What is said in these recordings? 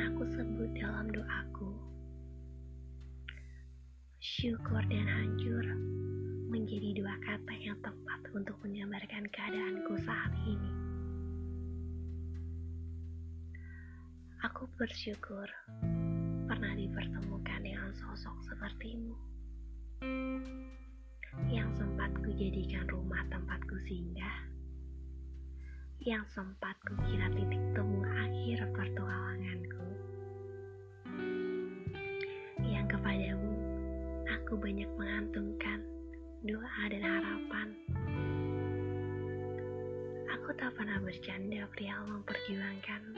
aku sebut dalam doaku. Syukur dan hancur menjadi dua kata yang tepat untuk menggambarkan keadaanku saat ini. Aku bersyukur pernah dipertemukan dengan sosok sepertimu, yang sempat kujadikan rumah tempatku singgah, yang sempat kukira titik temu akhir pertualanganku, yang kepadamu aku banyak menggantungkan doa dan harapan. Aku tak pernah bercanda perihal memperjuangkanmu.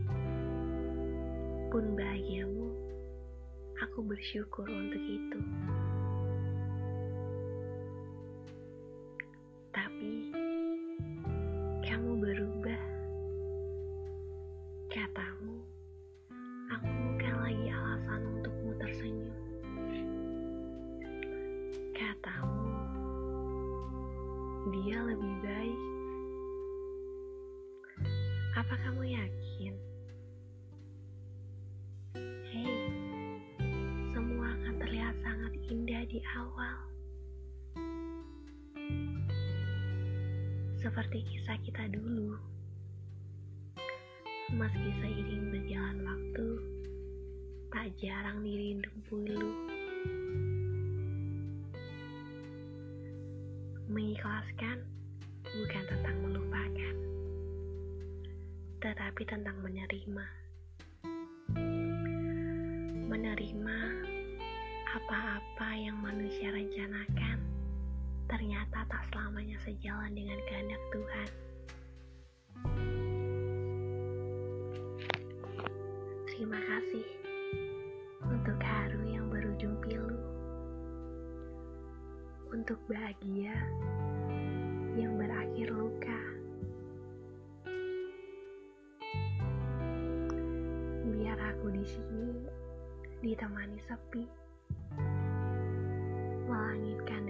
Pun bahagiamu, aku bersyukur untuk itu. Tapi, kamu berubah. Katamu, aku bukan lagi alasan untukmu tersenyum. Katamu, dia lebih baik. Apa kamu yakin? Hei, semua akan terlihat sangat indah di awal. Seperti kisah kita dulu. Meski seiring berjalan waktu, tak jarang dirindung bulu. Mengikhlaskan bukan tentang melupakan, tetapi tentang menerima. Menerima apa-apa yang manusia rencanakan ternyata tak selamanya sejalan dengan kehendak Tuhan. Terima kasih untuk haru yang berujung pilu, untuk bahagia yang berakhir luka. Biar aku di sini ditemani sepi, melangitkan